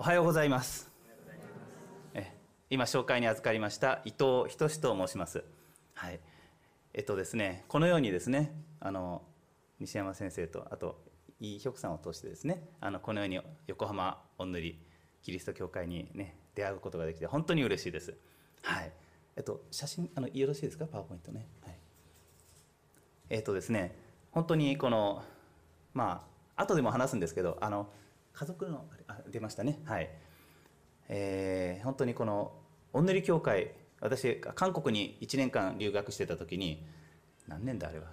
おはようございます。今紹介に預かりました伊藤仁と申します。はい。ですね、このようにですね、西山先生とあとイ・ヒョクさんを通してですね、このように横浜御塗キリスト教会にね出会うことができて本当に嬉しいです。はい。写真よろしいですか、パワーポイントね。はい。ですね、本当にこの後でも話すんですけど、家族の出ましたね。はい。本当にこの御塗教会、私韓国に1年間留学してた時に、何年だあれは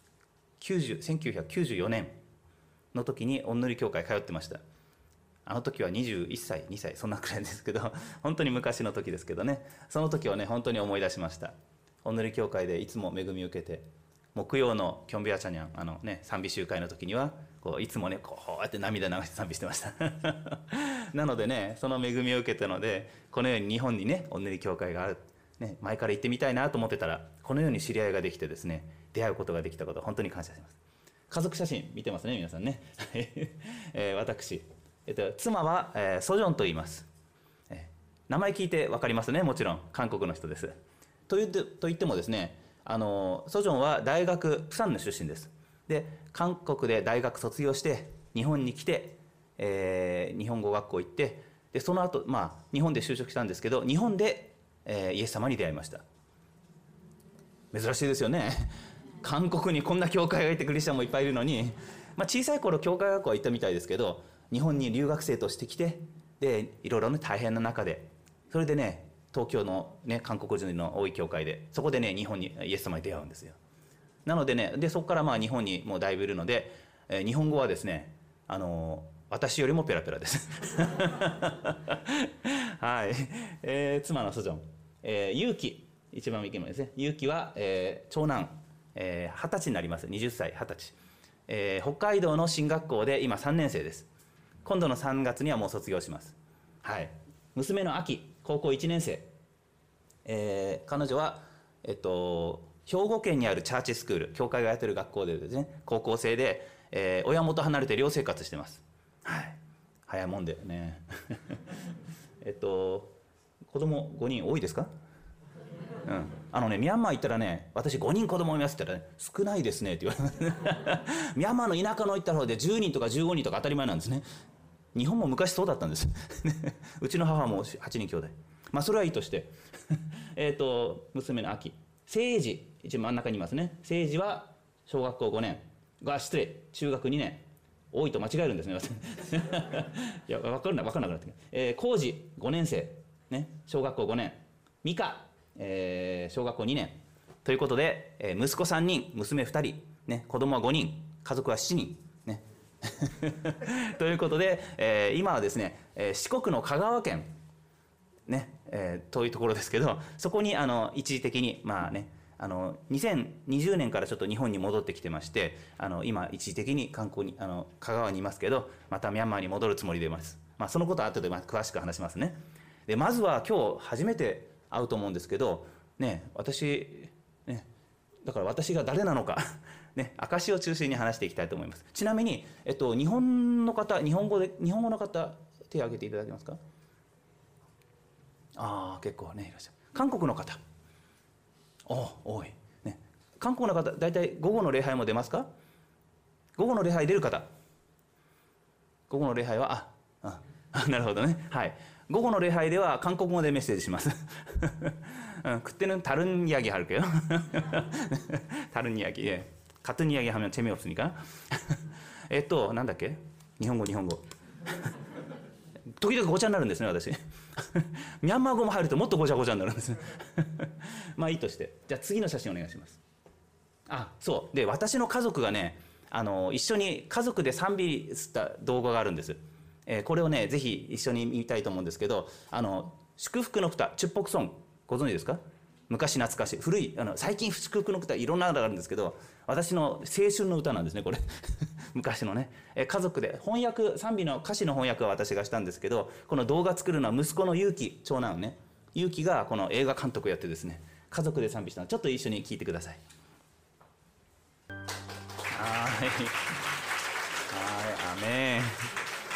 1994年の時に御塗教会通ってました。あの時は21歳2歳そんなくらいですけど、本当に昔の時ですけどね、その時をね本当に思い出しました。御塗教会でいつも恵みを受けて、木曜のキョンビアチャニャン賛美集会の時にはいつもねこうやって涙流して賛美してましたなのでね、その恵みを受けたので、このように日本にね御塗教会がある、ね、前から行ってみたいなと思ってたら、このように知り合いができてですね、出会うことができたことを本当に感謝します。家族写真見てますね皆さんね私、妻は、ソジョンと言います。名前聞いて分かりますね。もちろん韓国の人です。と言ってもですね、ソジョンは大学プサンの出身です。で韓国で大学卒業して日本に来て、日本語学校行って、でその後、日本で就職したんですけど、日本で、イエス様に出会いました。珍しいですよね韓国にこんな教会がいてクリスチャンもいっぱいいるのに、小さい頃教会学校は行ったみたいですけど、日本に留学生として来て、でいろいろね大変な中で、それでね東京のね韓国人の多い教会で、そこでね日本にイエス様に出会うんですよ。なのでね、でそこから日本にもうだいぶいるので、日本語はですね私よりもペラペラですはい。妻のソジョン、ユウキ、一番右もですね、ユウキは、長男、20歳になります。20歳20歳、北海道の進学校で今3年生です。今度の3月にはもう卒業します。はい。娘のアキ、高校1年生、彼女は兵庫県にあるチャーチスクール、教会がやってる学校でですね、高校生で、親元離れて寮生活してます。はい。早いもんでね子供5人多いですか？ミャンマー行ったらね、私5人子供いますって言ったら、ね、少ないですねって言われてミャンマーの田舎の行った方で10人とか15人とか当たり前なんですね。日本も昔そうだったんですうちの母も8人兄弟。それはいいとして娘のアキ、聖司、一番真ん中にいますね。聖司は小学校5年失礼、中学2年、多いと間違えるんですねいや分かんなくなってくる。浩二5年生、ね、小学校5年、美香、小学校2年ということで、息子3人娘2人、ね、子供は5人、家族は7人、ねということで、今はですね、四国の香川県ね、遠いところですけど、そこに一時的に2020年からちょっと日本に戻ってきてまして、今一時的に観光に香川にいますけど、またミャンマーに戻るつもりでいます。そのことは後で詳しく話しますね。でまずは今日初めて会うと思うんですけどね、私ね、だから私が誰なのかね、証を中心に話していきたいと思います。ちなみに、日本の方、日本語の方、手を挙げていただけますか？結構ねいらっしゃる。韓国の方、多い、ね、韓国の方、大体午後の礼拝も出ますか？午後の礼拝出る方、午後の礼拝はなるほどね。はい。午後の礼拝では韓国語でメッセージします그때는 다른 이야기 할게요 다른 이야기. 예. 같은 이야기 하면 재미없으니까. なんだっけ？日本語時々ごちゃになるんですね、私ミャンマー語も入るともっとごちゃごちゃになるんですいいとして、じゃあ次の写真お願いします。そうで、私の家族がね一緒に家族で賛美した動画があるんです。これをねぜひ一緒に見たいと思うんですけど、祝福の歌、チュッポクソンご存知ですか？昔懐かしい古い、最近祝福の歌いろんなのがあるんですけど、私の青春の歌なんですねこれ昔のね、家族で翻訳、賛美の歌詞の翻訳は私がしたんですけど、この動画作るのは息子のユウキ、長男ね、ユウキがこの映画監督をやってですね、家族で賛美したので、ちょっと一緒に聞いてください。はい、アメン。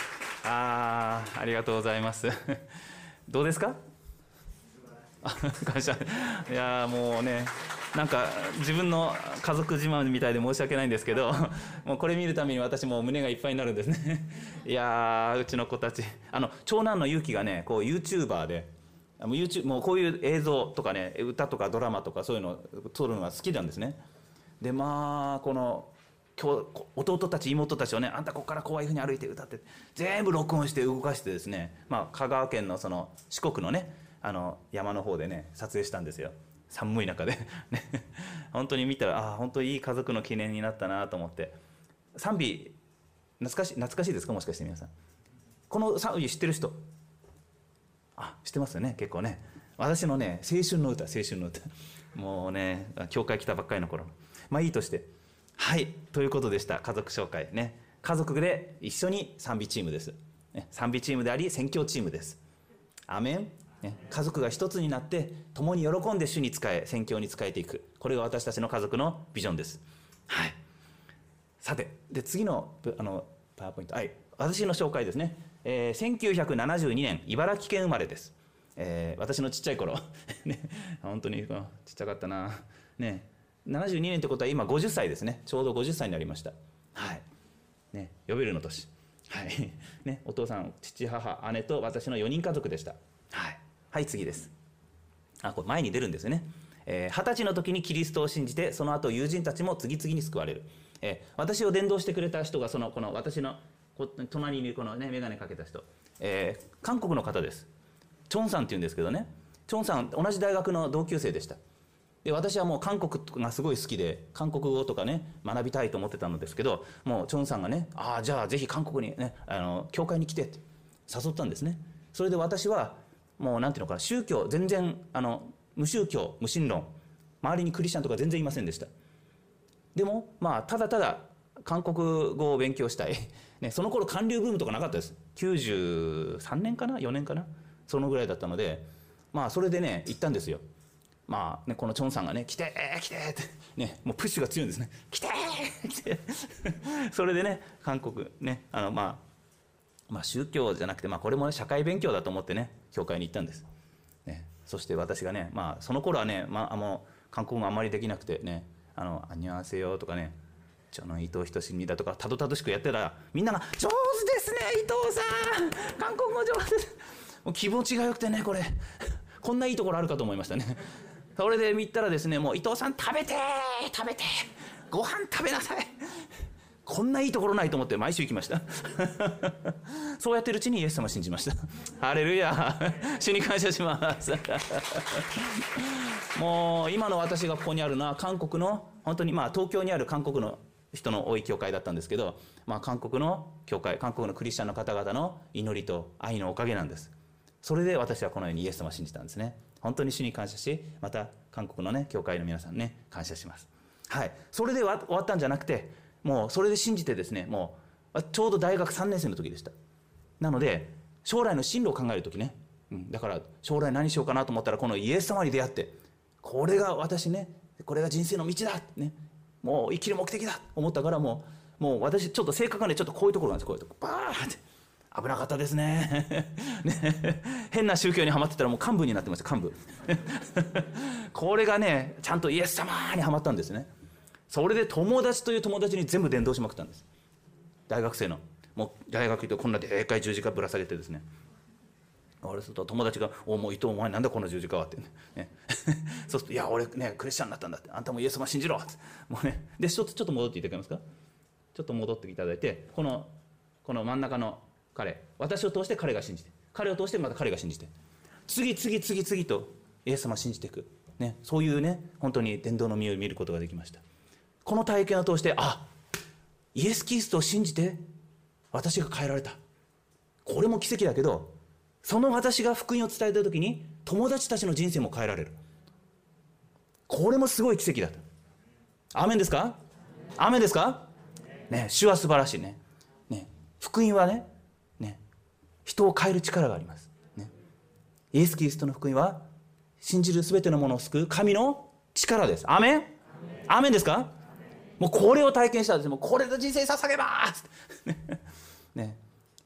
ありがとうございますどうですか感謝。いやもうね、なんか自分の家族自慢みたいで申し訳ないんですけどもうこれ見るために私も胸がいっぱいになるんですねいやうちの子たち、長男の勇気がね、こう YouTuber でもうこういう映像とかね、歌とかドラマとかそういうのを撮るのが好きなんですね。でまあこの弟たち妹たちをね、あんたここからこういうふうに歩いて歌って全部録音して動かしてですね、香川県のその四国のね山の方でね撮影したんですよ。寒い中で本当に見たら本当にいい家族の記念になったなと思って。賛美懐かしいですか、もしかして皆さん。この賛美知ってる人、知ってますよね、結構ね。私のね青春の歌もうね教会来たばっかりの頃。いいとして、はいということでした。家族紹介ね。家族で一緒に賛美チームです、ね、賛美チームであり宣教チームです。アメン、ね、家族が一つになって共に喜んで主に仕え宣教に仕えていく、これが私たちの家族のビジョンです。はい。さてで次のパワーポイント、私の紹介ですね。1972年茨城県生まれです。私のちっちゃい頃ね、本当にちっちゃかったなね。72年ってことは今50歳ですね。ちょうど50歳になりました。はいね、ヨベルの年。はいね、お父さん、父、母、姉と私の4人家族でした。はい、次です。これ前に出るんですよね。20歳の時にキリストを信じて、その後友人たちも次々に救われる。私を伝道してくれた人がこの私の隣にいるこのね眼鏡かけた人、韓国の方です。チョンさんっていうんですけどね。チョンさん同じ大学の同級生でした。で私はもう韓国がすごい好きで韓国語とかね学びたいと思ってたのですけど、もうチョンさんがねじゃあぜひ韓国にね教会に来てって誘ったんですね。それで私はもうなんていうのかな、宗教全然無宗教無神論、周りにクリスチャンとか全然いませんでした。でもただただ韓国語を勉強したい、ね、その頃韓流ブームとかなかったです。93年かな4年かな、そのぐらいだったのでそれでね行ったんですよ。このチョンさんがね来てってね、もうプッシュが強いんですね。来てそれでね韓国ね宗教じゃなくてこれも、ね、社会勉強だと思ってね教会に行ったんです、ね、そして私がねその頃はね、韓国語あんまりできなくてね「アンニョンハセヨ」とかね「伊藤仁志だ」とかたどたどしくやってたら、みんなが「上手ですね伊藤さん、韓国語上手です」もう気持ちがよくてね、こんないいところあるかと思いましたね。それで見たらですね、もう伊藤さん食べてご飯食べなさい、こんないいところないと思って毎週行きましたそうやってるうちにイエス様を信じました。ハレルヤ主に感謝しますもう今の私がここにあるのは韓国の本当に東京にある韓国の人の多い教会だったんですけど、韓国の教会、韓国のクリスチャンの方々の祈りと愛のおかげなんです。それで私はこのようにイエス様を信じたんですね。本当に主に感謝し、また韓国のね教会の皆さんね感謝します。はい。それで終わったんじゃなくて、もうそれで信じてですね、もうちょうど大学3年生の時でした。なので将来の進路を考える時ね、だから将来何しようかなと思ったらこのイエス様に出会って、これが私ね、これが人生の道だね、もう生きる目的だと思ったから、もう私ちょっと性格がねちょっとこういうところなんです。こういうとこバーって危なかったですねね、変な宗教にはまってたらもう幹部になってました。幹部これがねちゃんとイエス様にはまったんですね。それで友達という友達に全部伝道しまくったんです。大学生のもう大学行ってこんなでかい十字架ぶら下げてですね、俺すると友達が「もう伊藤お前なんだこの十字架は」ってねそうすると「いや俺ねクリスチャンになったんだ」って「あんたもイエス様信じろ」ってもうね。でちょっと戻っていただけますか。ちょっと戻っていただいて、この真ん中の彼、私を通して彼が信じて、彼を通してまた彼が信じて、次とイエス様を信じていく、ね、そういうね本当に伝道の実を見ることができました。この体験を通して、イエス・キリストを信じて私が変えられた、これも奇跡だけど、その私が福音を伝えた時に友達たちの人生も変えられる、これもすごい奇跡だと。アーメンですか。アーメンですか、ね、主は素晴らしいね。福音はね人を変える力があります、ね、イエス・キリストの福音は信じるすべてのものを救う神の力です。アーメン。アーメンですか。もうこれを体験したんです。もうこれで人生捧げますね。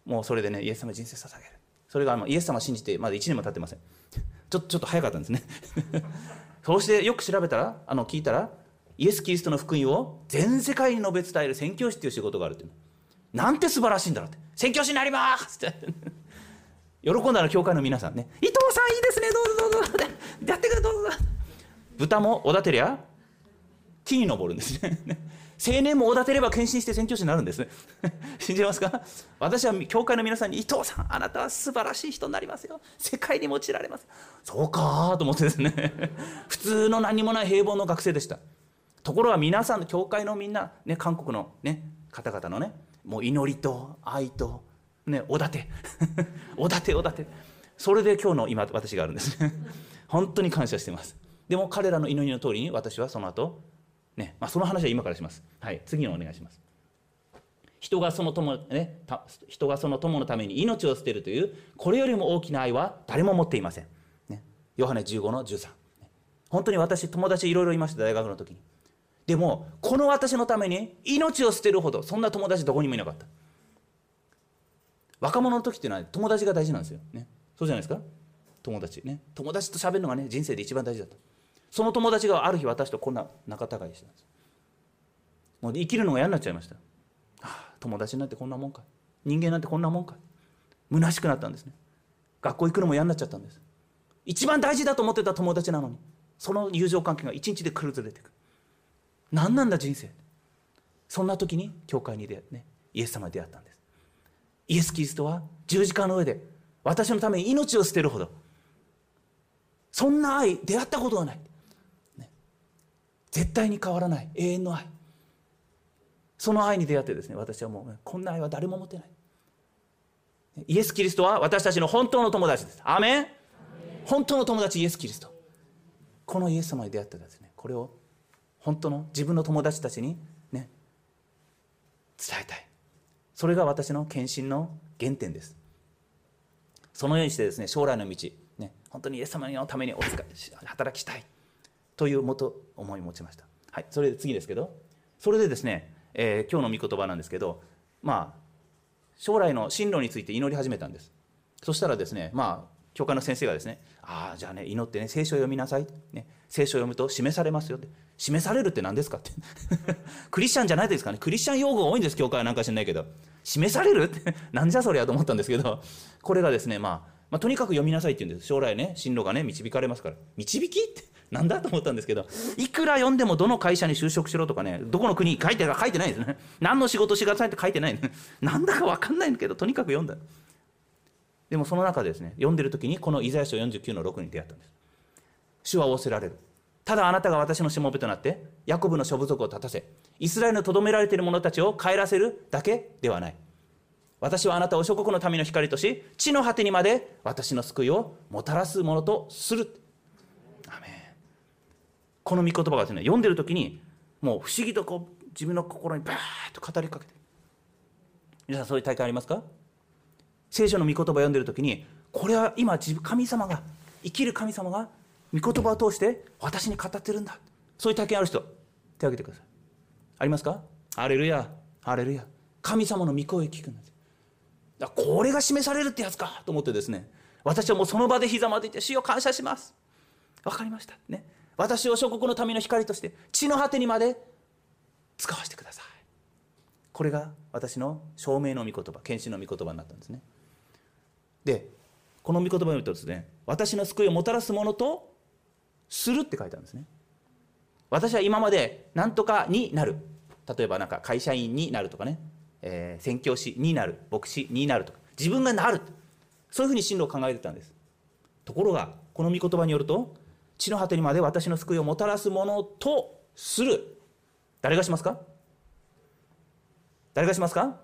もうそれでね、イエス様に人生捧げる。それがイエス様を信じてまだ1年も経ってません。ちょっと早かったんですねそうしてよく調べたら聞いたら、イエス・キリストの福音を全世界に述べ伝える宣教師っていう仕事があるっていう。なんて素晴らしいんだろうって。宣教師になりますって喜んだら教会の皆さんね、伊藤さんいいですね、どうぞどうぞやってくれ、どうぞ。豚もおだてりゃ木に登るんですね青年もおだてれば献身して宣教師になるんです信じますか？私は教会の皆さんに、伊藤さんあなたは素晴らしい人になりますよ、世界に用いられます。そうかと思ってですね普通の何もない平凡の学生でした。ところが皆さんの教会のみんな、ね、韓国の、ね、方々のね、もう祈りと愛と、ね、おだておだておだて、それで今日の今私があるんですね本当に感謝しています。でも彼らの祈りの通りに私はその後ね、その話は今からします。はい、次のお願いします。人がその友のために命を捨てるという、これよりも大きな愛は誰も持っていません。ね、ヨハネ15の13。本当に私、友達いろいろいました、大学の時に。でも、この私のために命を捨てるほど、そんな友達どこにもいなかった。若者の時っていうのは友達が大事なんですよ。ね、そうじゃないですか。友達ね。友達と喋るのがね、人生で一番大事だった。その友達がある日私とこんな仲違いしてたんです。もう生きるのが嫌になっちゃいました。友達なんてこんなもんか、人間なんてこんなもんか、虚しくなったんですね。学校行くのも嫌になっちゃったんです。一番大事だと思ってた友達なのに、その友情関係が一日で崩れていく。何なんだ人生。そんな時に教会に出会って、ね、イエス様に出会ったんです。イエス・キリストは十字架の上で私のために命を捨てるほど、そんな愛出会ったことがない、ね、絶対に変わらない永遠の愛、その愛に出会ってですね、私はもうこんな愛は誰も持ってない。イエス・キリストは私たちの本当の友達です。アーメン。本当の友達イエス・キリスト、このイエス様に出会ってですね、これを本当の自分の友達たちにね伝えたい。それが私の献身の原点です。そのようにしてですね、将来の道、ね、本当にイエス様のために働きたいという思いを持ちました。はい、それで次ですけど、それでですね、今日の御言葉なんですけど、将来の進路について祈り始めたんです。そしたらですね、教会の先生がですね、じゃあね、祈ってね、聖書を読みなさい、ね、聖書を読むと示されますよって。示されるって何ですかってクリスチャンじゃないですかね。クリスチャン用語が多いんです、教会は。なんか知らないけど、示されるってなんじゃそりゃと思ったんですけど、これがですね、とにかく読みなさいって言うんです。将来ね、進路がね、導かれますから。導きってなんだと思ったんですけど、いくら読んでもどの会社に就職しろとかね、どこの国に書いてないですね。何の仕事しがさいって書いてない、ね、なんだか分かんないんだけど、とにかく読んだ。でもその中でですね、読んでる時にこのイザヤ書49の6に出会ったんです。主は仰せられる。ただあなたが私のしもべとなってヤコブの諸部族を立たせ、イスラエルのとどめられている者たちを帰らせるだけではない。私はあなたを諸国の民の光とし、地の果てにまで私の救いをもたらすものとする。アメン。この御言葉がですね、読んでる時にもう不思議と自分の心にバーッと語りかけて、皆さんそういう体験ありますか？聖書の御言葉を読んでる時に、これは今神様が、生きる神様が御言葉を通して私に語ってるんだ、そういう体験ある人手を挙げてください。ありますか？ハレルヤ、ハレルヤ。神様の御声を聞くんです。だからこれが示されるってやつかと思ってですね、私はもうその場でひざまずいて、主を感謝します、分かりましたね、私を諸国の民の光として地の果てにまで使わせてください。これが私の証明の御言葉、献身の御言葉になったんですね。でこの御言葉を読むとですね、私の救いをもたらすものとするって書いてあるんですね。私は今まで何とかになる、例えばなんか会社員になるとかね、宣教師になる、牧師になるとか、自分がなる、そういうふうに進路を考えてたんです。ところがこの御言葉によると、地の果てにまで私の救いをもたらすものとする。誰がしますか？誰がしますか？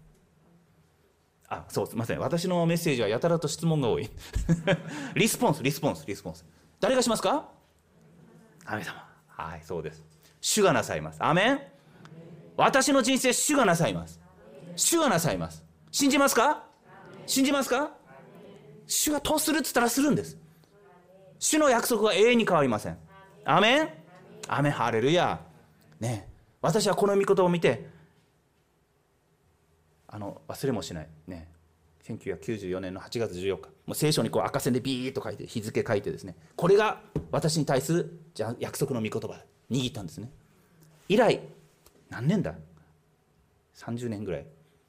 そう、すみません、私のメッセージはやたらと質問が多いリスポンス。誰がしますか？神様。はい、そうです。主がなさいます。アメン。私の人生、主がなさいます。主がなさいます。信じますか？信じますか？主がとするって言ったらするんです。主の約束は永遠に変わりません。アメン。アメン。ハレルヤ。ね、私はこの御言葉を見て忘れもしない、ね、 1994年の8月14日、もう聖書にこう赤線でビーッと書いて日付書いてですね、これが私に対する約束の御言葉握ったんですね。以来何年だ、30年ぐらい、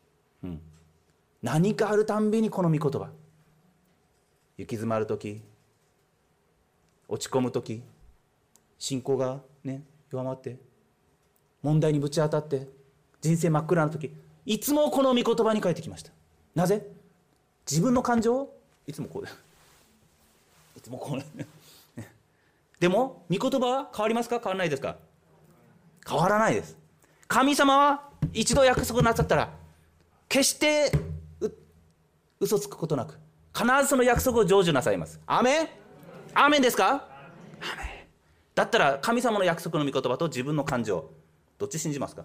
何かあるたんびにこの御言葉、行き詰まる時、落ち込む時、信仰がね弱まって問題にぶち当たって人生真っ暗な時、いつもこの御言葉に書いてきました。なぜ？自分の感情いつもこういつもこうでも御言葉は変わりますか？変わらないですか？変わらないです。神様は一度約束なさったら決して嘘つくことなく必ずその約束を成就なさいます。アーメン？アーメンですか？アーメン。だったら神様の約束の御言葉と自分の感情、どっち信じますか？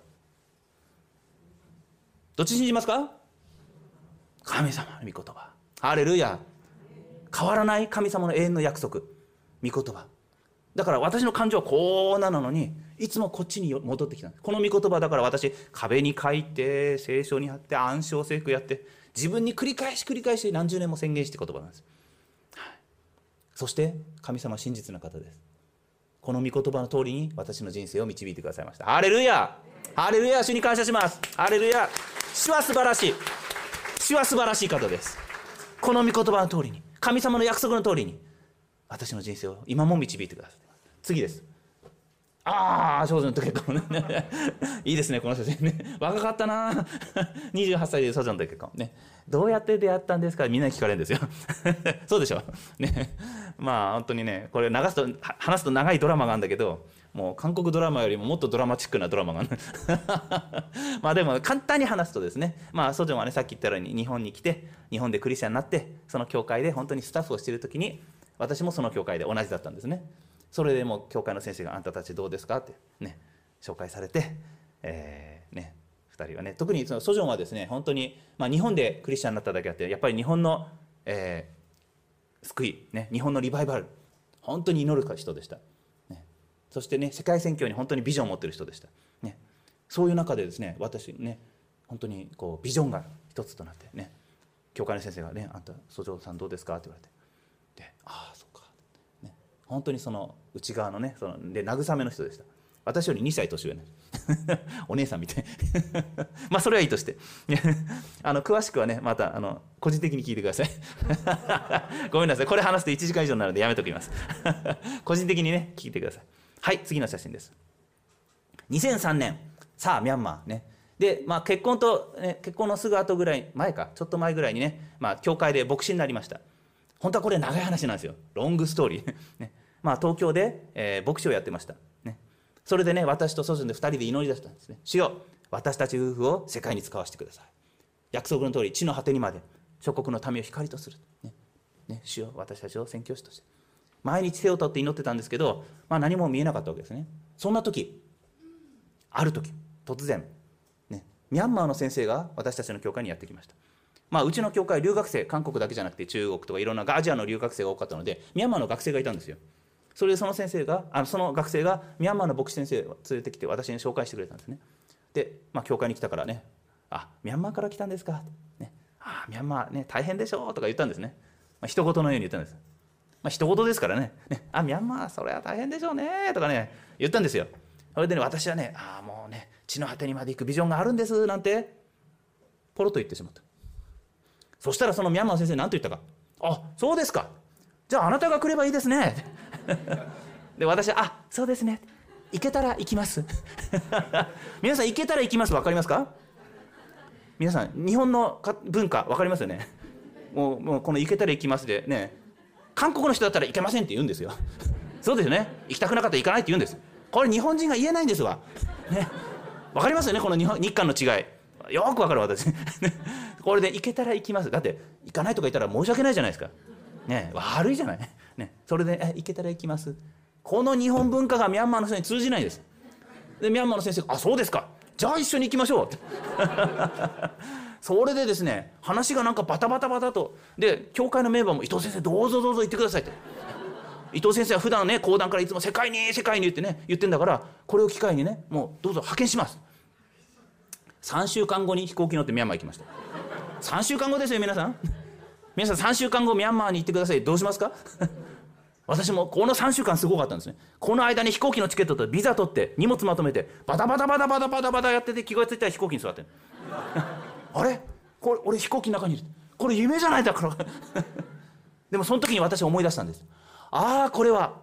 どっち信じますか？神様の御言葉。ハレルヤ。変わらない神様の永遠の約束、御言葉。だから私の感情はこうなのにいつもこっちに戻ってきたんです。この御言葉だから私、壁に書いて聖書に貼って暗唱聖句やって自分に繰り返し何十年も宣言して言葉なんです、そして神様は真実な方です。この御言葉の通りに私の人生を導いてくださいました。ハレルヤ、ハレルヤ。主に感謝します。ハレルヤ。主は素晴らしい、主は素晴らしい方です。この御言葉の通りに、神様の約束の通りに私の人生を今も導いてください。次です。少女の時結婚ねいいですね、この先生ね。若かったな28歳で少女の時結婚ね。どうやって出会ったんですか、みんなに聞かれるんですよそうでしょね。まあ本当にね、これ話すと長いドラマがあるんだけど、もう韓国ドラマよりももっとドラマチックなドラマがあるまあでも簡単に話すとですね、まあソジョンはね、さっき言ったように日本に来て、日本でクリスチャンになって、その教会で本当にスタッフをしている時に、私もその教会で同じだったんですね。それでもう教会の先生が、あんたたちどうですかってね紹介されて、2人はね、特にそのソジョンはですね、本当に、日本でクリスチャンになっただけあって、やっぱり日本の、救い、ね、日本のリバイバル、本当に祈る人でした、ね、そしてね、世界宣教に本当にビジョンを持っている人でした、ね、そういう中でですね、私ね、本当にこうビジョンが一つとなってね、教会の先生がね、あんたソジョンさんどうですかって言われて、で、そうか、ね、本当にその内側のね、で慰めの人でした。私より2歳年上ねお姉さんみたいそれはいいとして詳しくはね、また個人的に聞いてくださいごめんなさい、これ話すと1時間以上になるのでやめておきます個人的にね聞いてください。はい、次の写真です。2003年、さあミャンマーねで、結婚のすぐ後ぐらい前か、ちょっと前ぐらいにね、教会で牧師になりました。本当はこれ長い話なんですよ、ロングストーリーね。東京で、牧師をやってましたね。それでね、私とソジョンで2人で祈り出したんですね。主よ、私たち夫婦を世界に使わせてください。約束の通り、地の果てにまで諸国の民を光とする、主よ、私たちを宣教師として。毎日手を取って祈ってたんですけど、何も見えなかったわけですね。そんな時、ある時突然、ミャンマーの先生が私たちの教会にやってきました。うちの教会、留学生、韓国だけじゃなくて中国とかいろんなアジアの留学生が多かったので、ミャンマーの学生がいたんですよ。それでその学生がミャンマーの牧師先生を連れてきて私に紹介してくれたんですね。で、教会に来たからね、ミャンマーから来たんですか、ね、ミャンマーね大変でしょとか言ったんですね。一言のように言ったんです。一言ですからね、ミャンマーそれは大変でしょうねとかね言ったんですよ。それでね、私はね、もうね、地の果てにまで行くビジョンがあるんですなんてポロッと言ってしまった。そしたらそのミャンマーの先生何と言ったか、そうですか、じゃああなたが来ればいいですねで、私はそうですね、行けたら行きます皆さん、行けたら行きます分かりますか？皆さん、日本の文化分かりますよね。もうこの行けたら行きますでね、韓国の人だったら行けませんって言うんですよそうですよね、行きたくなかったら行かないって言うんです。これ日本人が言えないんですわ、ね、分かりますよね、この日韓の違いよく分かる私これで行けたら行きます、だって行かないとか言ったら申し訳ないじゃないですか、ね、悪いじゃない、ね、それで行けたら行きます。この日本文化がミャンマーの人に通じないです。でミャンマーの先生がそうですか、じゃあ一緒に行きましょうってそれでですね、話がなんかバタバタとで、教会のメンバーも伊藤先生どうぞ行ってくださいって伊藤先生は普段ね、講談からいつも世界に言ってね言ってんだから、これを機会にね、もうどうぞ派遣します。3週間後に飛行機乗ってミャンマー行きました 3週間後ですよ皆さん。皆さん3週間後ミャンマーに行ってください。どうしますか？私もこの3週間すごかったんですね。この間に飛行機のチケットとビザ取って荷物まとめてバタバタバタバタバタバタやってて、気がついたら飛行機に座ってる。あれこれ俺飛行機の中にいる、これ夢じゃないだからでもその時に私は思い出したんです。ああこれは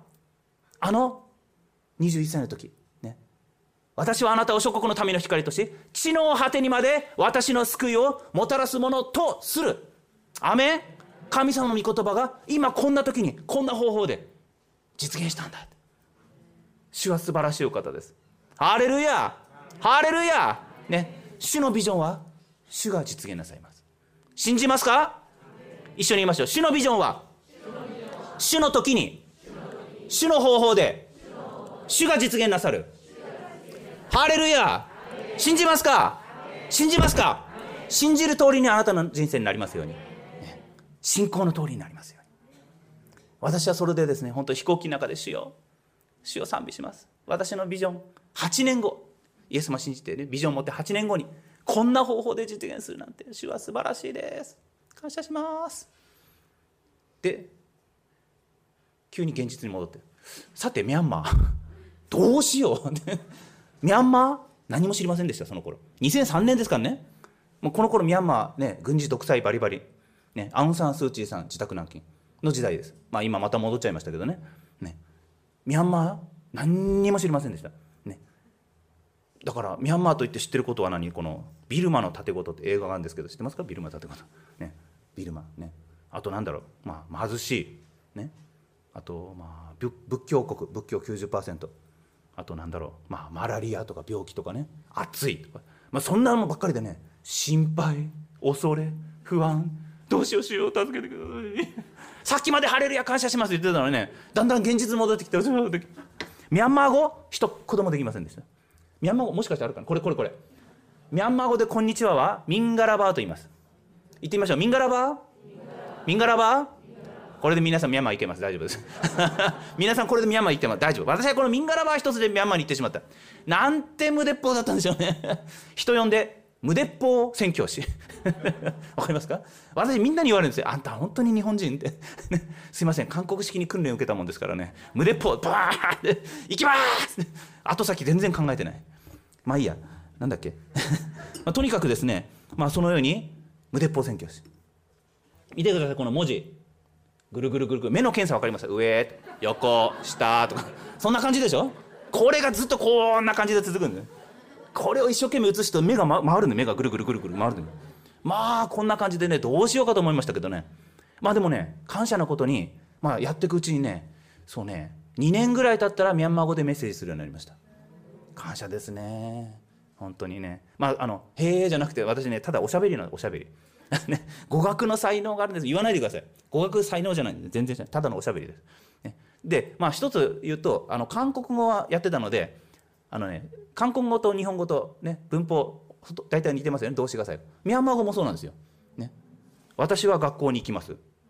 21歳の時ね、私はあなたを諸国の民の光とし地の果てにまで私の救いをもたらすものとする。アメン。神様の御言葉が今こんな時にこんな方法で実現したんだ。主は素晴らしいお方です。ハレルヤハレルヤね。主のビジョンは主が実現なさいます。信じますか？一緒に言いましょう。主のビジョンは主の時に主の方法で主が実現なさる。ハレルヤ。信じますか？信じますか？信じる通りにあなたの人生になりますように、信仰の通りになりますように。私はそれでですね、本当に飛行機の中で主を賛美します。私のビジョン8年後、イエスも信じてね、ビジョンを持って8年後にこんな方法で実現するなんて、主は素晴らしいです、感謝しますで、急に現実に戻って、さてミャンマーどうしようミャンマー何も知りませんでした。その頃2003年ですからね。もうこの頃ミャンマーね、軍事独裁バリバリね、アウンサンスーチーさん自宅軟禁の時代です。まあ今また戻っちゃいましたけどね。ミャンマー何にも知りませんでした。だからミャンマーといって知ってることは何？このビルマの盾事って映画があるんですけど、知ってますか？ビルマの盾事ね、ビルマね。あとなんだろう、貧しいね。あと仏教国、仏教 90%。あとなんだろう、マラリアとか病気とかね、暑いとか、そんなのばっかりでね、心配、恐れ、不安、どうしよう主よ助けてくださいさっきまでハレルヤ感謝しますって言ってたのにね、だんだん現実に戻ってきて、ミャンマー語子供できませんでした。ミャンマー語もしかしてあるかな。これミャンマー語でこんにちははミンガラバーと言います。言ってみましょう。ミンガラバー、ミンガラバー。これで皆さんミャンマー行けます。大丈夫です皆さんこれでミャンマー行ってます。大丈夫。私はこのミンガラバー一つでミャンマーに行ってしまった。なんて無鉄砲だったんでしょうね人呼んで無鉄砲宣教師わかりますか？私みんなに言われるんですよ。あんた本当に日本人ってすいません、韓国式に訓練を受けたもんですからね、無鉄砲バーって行きます後先全然考えてない。まあいいや、なんだっけとにかくですね、そのように無鉄砲宣教師。見てください、この文字ぐるぐるぐるぐる、目の検査わかります？上横下とかそんな感じでしょ。これがずっとこんな感じで続くんです。これを一生懸命映すと目が回るんで、目がぐるぐるぐるぐる回るんで、こんな感じでね、どうしようかと思いましたけどね。でもね、感謝のことに、やっていくうちにね、そうね、2年ぐらい経ったらミャンマー語でメッセージするようになりました。感謝ですね、本当にね。へえじゃなくて、私ね、ただおしゃべりなの、おしゃべりね、語学の才能があるんです。言わないでください。語学才能じゃないんで、全然じゃない、ただのおしゃべりです、ね。で、一つ言うと、韓国語はやってたので、韓国語と日本語と、ね、文法大体似てますよね、動詞が最後。ミャンマー語もそうなんですよ、ね。私は学校に行きます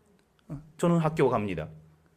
。저는학교갑니다。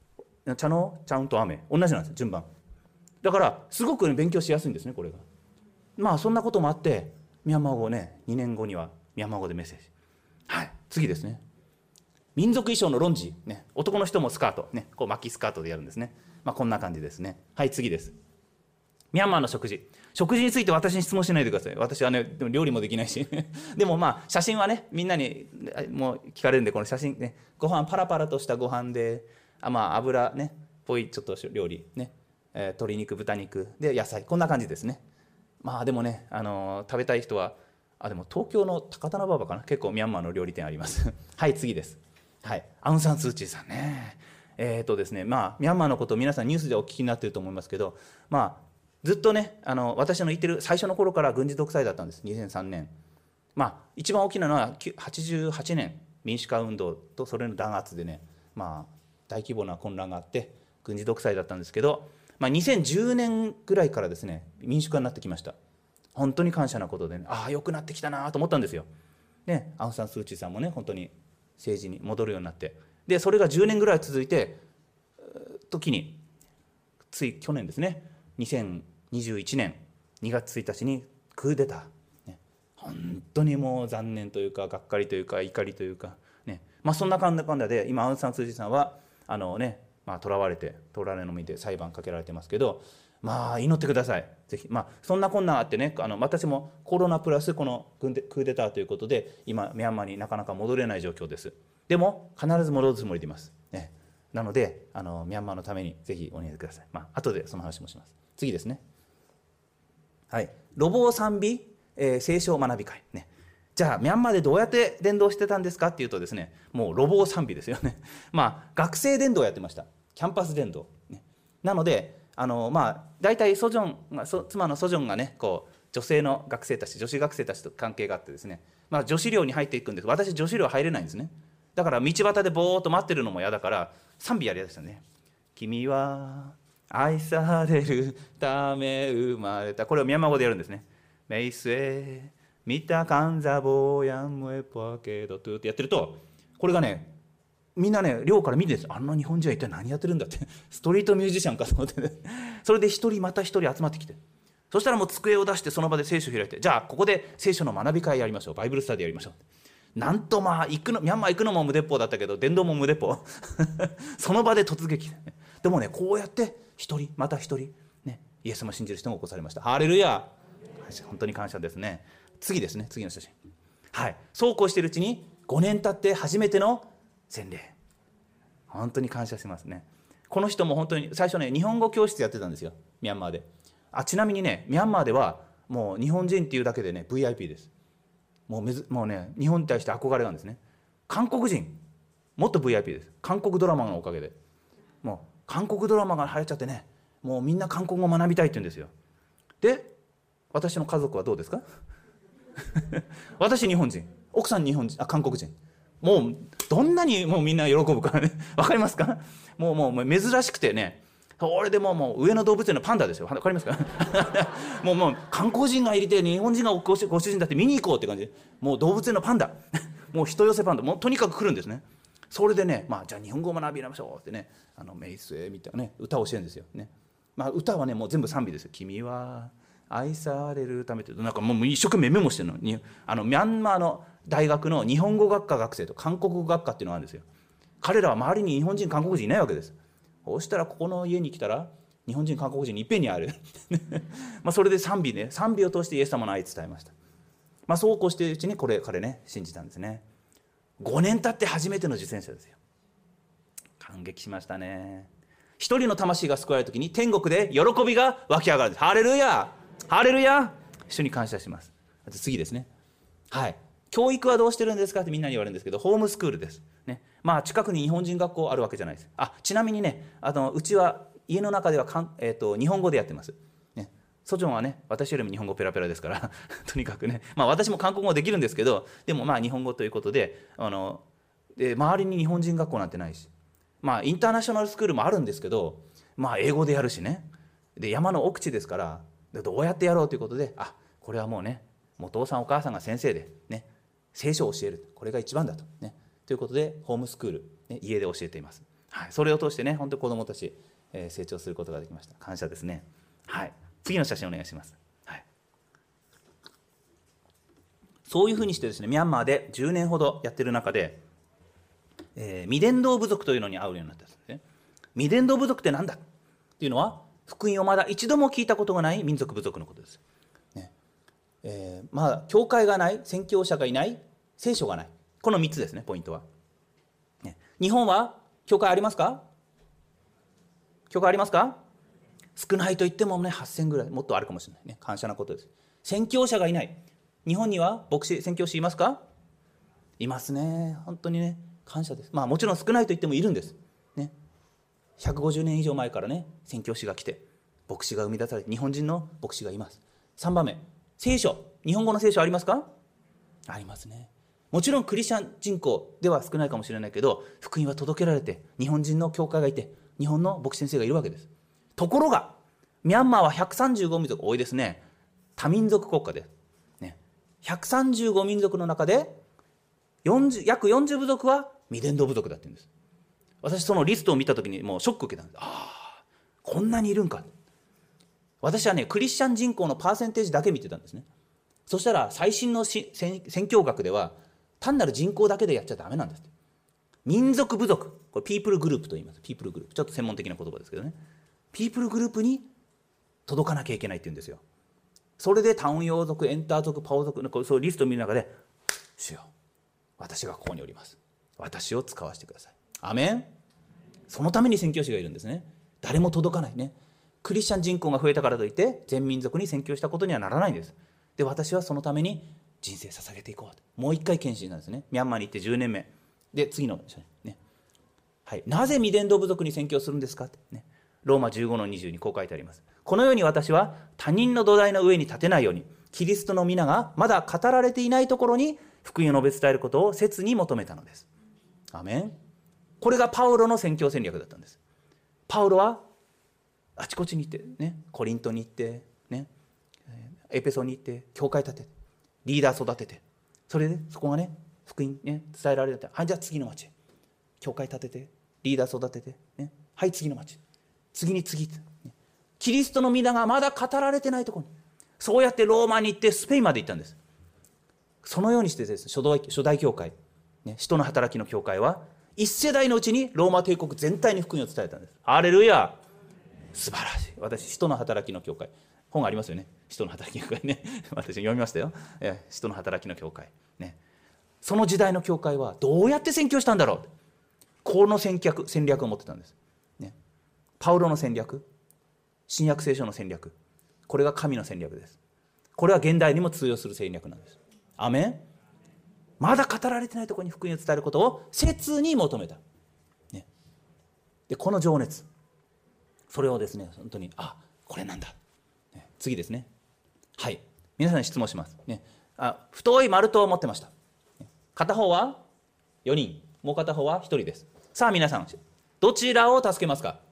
茶のちゃんと雨、同じなんですよ、順番。だからすごく、勉強しやすいんですね、これが。そんなこともあってミャンマー語をね、2年後にはミャンマー語でメッセージ。はい、次ですね。民族衣装の論示、ね、男の人もスカート、ね、こう巻きスカートでやるんですね。こんな感じですね。はい、次です。ミャンマーの食事について私に質問しないでください。私はね、でも料理もできないしでも写真はね、みんなにもう聞かれるんで、この写真ね、ご飯パラパラとしたご飯で、油ねぽいちょっと料理ね、鶏肉豚肉で野菜、こんな感じですね。でもね、食べたい人はでも東京の高田馬場かな、結構ミャンマーの料理店ありますはい、次です。はい、アウンサンスーチーさんね。ですね、ミャンマーのことを皆さんニュースでお聞きになっていると思いますけど、ずっとね、私の言ってる最初の頃から軍事独裁だったんです。2003年、一番大きなのは88年民主化運動とそれの弾圧でね、大規模な混乱があって軍事独裁だったんですけど、2010年ぐらいからですね、民主化になってきました。本当に感謝なことでね、良くなってきたなと思ったんですよ、ね。アウンサンスーチーさんもね、本当に政治に戻るようになって、でそれが10年ぐらい続いて時に、つい去年ですね、2021年2月1日にクーデター、ね、 本当にもう残念というか、がっかりというか、怒りというかね、そんなかんだで今アウン・サン・スー・チーさんは囚われて捕られの身で裁判かけられてますけど、祈ってくださいぜひ。そんなこんなあってね、私もコロナプラスこのクーデターということで今ミャンマーになかなか戻れない状況です。でも必ず戻るつもりでいます、ね、なのでミャンマーのためにぜひお願いください。後でその話もします。次ですね。はい、路傍賛美、聖書学び会ね。じゃあミャンマーでどうやって伝道してたんですかっていうとですね、もう路傍賛美ですよね。学生伝道をやってました。キャンパス伝道、ね、なので大体妻のソジョンがね女性の学生たち、女子学生たちと関係があってですね、女子寮に入っていくんです。私女子寮入れないんですね。だから道端でぼーっと待ってるのも嫌だから賛美やりだしたね。君は愛されるため生まれた、これをミャンマー語でやるんですね。メイスエ見たカンザボーヤンムエポケドトゥってやってると、これがねみんなね寮から見てるんです。あんな日本人は一体何やってるんだって、ストリートミュージシャンかと思ってね。それで一人また一人集まってきて、そしたらもう机を出してその場で聖書を開いて、じゃあここで聖書の学び会やりましょう、バイブルスタディやりましょう。なんとミャンマー行くのも無鉄砲だったけど伝道も無鉄砲その場で突撃でもね、こうやって一人また一人、ね、イエス様を信じる人が起こされました。ハレルヤ、本当に感謝ですね。次ですね、次の写真。はい、そうこうしているうちに5年経って初めての洗礼。本当に感謝しますね。この人も本当に最初ね日本語教室やってたんですよ、ミャンマーで。ちなみにねミャンマーではもう日本人っていうだけでね VIP です。もうね日本に対して憧れがあるんですね。韓国人もっと VIP です。韓国ドラマのおかげでもう韓国ドラマが流行っちゃってね、もうみんな韓国語を学びたいって言うんですよ。で私の家族はどうですか私日本人、奥さん日本人、韓国人。もうどんなにもうみんな喜ぶからねわかりますか。もう珍しくてね、俺でもう上野動物園のパンダですよ。わかりますかもう韓国人が入れて日本人がご主人だって見に行こうって感じで、もう動物園のパンダもう人寄せパンダ、もうとにかく来るんですね。それでね、じゃあ日本語を学びましょうってね、メイスエみたいなね歌を教えるんですよね。歌はねもう全部賛美ですよ。君は愛されるためって、なんかもう一生懸命メモしてるのに、ミャンマーの大学の日本語学科学生と韓国語学科っていうのがあるんですよ。彼らは周りに日本人韓国人いないわけです。そうしたらここの家に来たら日本人韓国人にいっぺんに会えるそれで賛美を通してイエス様の愛を伝えました。そうこうしているうちに彼ね信じたんですね。5年経って初めての受洗者ですよ。感激しましたね。一人の魂が救われる時に天国で喜びが湧き上がるんです。ハレルヤ、ハレルヤ、一緒に感謝します。次ですね。はい、教育はどうしてるんですかってみんなに言われるんですけど、ホームスクールです、ね。近くに日本人学校あるわけじゃないです。ちなみにねうちは家の中では日本語でやってます、ね。ソジョンはね私よりも日本語ペラペラですからとにかくね、私も韓国語できるんですけど、でも日本語ということで周りに日本人学校なんてないし、インターナショナルスクールもあるんですけど、英語でやるしね。で山の奥地ですからどうやってやろうということで、これはもうねお父さんお母さんが先生でね聖書を教える、これが一番だとねということでホームスクール、ね、家で教えています。はい、それを通してね本当に子どもたち、成長することができました。感謝ですね。はい、次の写真お願いします。はい、そういうふうにしてですねミャンマーで10年ほどやってる中で、未伝道部族というのに会うようになったんですね。未伝道部族って何だっていうのは、福音をまだ一度も聞いたことがない民族部族のことです、ね。教会がない、宣教者がいない、聖書がない、この3つですね、ポイントは、ね。日本は教会ありますか？教会ありますか？少ないと言ってもね8000ぐらい、もっとあるかもしれないね。感謝なことです。宣教者がいない。日本には牧師、宣教師いますか？いますね。本当にね感謝です。もちろん少ないと言ってもいるんです、ね。150年以上前からね宣教師が来て牧師が生み出されて日本人の牧師がいます。3番目、聖書、日本語の聖書ありますか？ありますね。もちろんクリスチャン人口では少ないかもしれないけど、福音は届けられて日本人の教会がいて日本の牧師先生がいるわけです。ところがミャンマーは135民族、多いですね。多民族国家です、ね。135民族の中で約40部族は未伝道部族だって言うんです。私そのリストを見た時にもうショック受けたんです。こんなにいるんか。私はねクリスチャン人口のパーセンテージだけ見てたんですね。 そしたら最新の宣教学では単なる人口だけでやっちゃダメなんです。民族部族、これピープルグループと言います。ピープルグループ、ちょっと専門的な言葉ですけどね、ピープルグループに届かなきゃいけないって言うんですよ。それでタウン用族、エンター族、パオ族のそういうリストを見る中で、主よ、私がここにおります、私を使わせてください。アメン。そのために宣教師がいるんですね。誰も届かないね。クリスチャン人口が増えたからといって全民族に宣教したことにはならないんです。で、私はそのために人生捧げていこうと、もう一回献身なんですね。ミャンマーに行って10年目で、次の、ね、はい、なぜ未伝道部族に宣教するんですかって、ね、ローマ15の20にこう書いてあります。このように私は他人の土台の上に立てないように、キリストの皆がまだ語られていないところに福音を述べ伝えることを切に求めたのです。アメン。これがパウロの宣教戦略だったんです。パウロはあちこちに行って、ね、コリントに行って、ね、エペソに行って教会建ててリーダー育てて、それでそこがね福音、ね、伝えられて、はい、じゃあ次の町へ教会建ててリーダー育てて、ね、はい次の町、次に次、ね、キリストの皆がまだ語られてないところに、そうやってローマに行ってスペインまで行ったんです。そのようにしてです、初代教会、ね、使徒の働きの教会は一世代のうちにローマ帝国全体に福音を伝えたんです。ハレルヤ。素晴らしい。私、使徒の働きの教会、本ありますよね、使徒の働きの教会ね私読みましたよ、使徒の働きの教会、ね、その時代の教会はどうやって宣教したんだろう、この戦略を持ってたんです、ね、パウロの戦略、新約聖書の戦略、これが神の戦略です。これは現代にも通用する戦略なんです。アメン。まだ語られてないところに福音を伝えることを切に求めた、ね、でこの情熱、それをですね、本当にこれなんだ、ね、次ですね。はい、皆さんに質問します、ね、太い丸太を持ってました。片方は4人、もう片方は1人です。さあ皆さん、どちらを助けますか。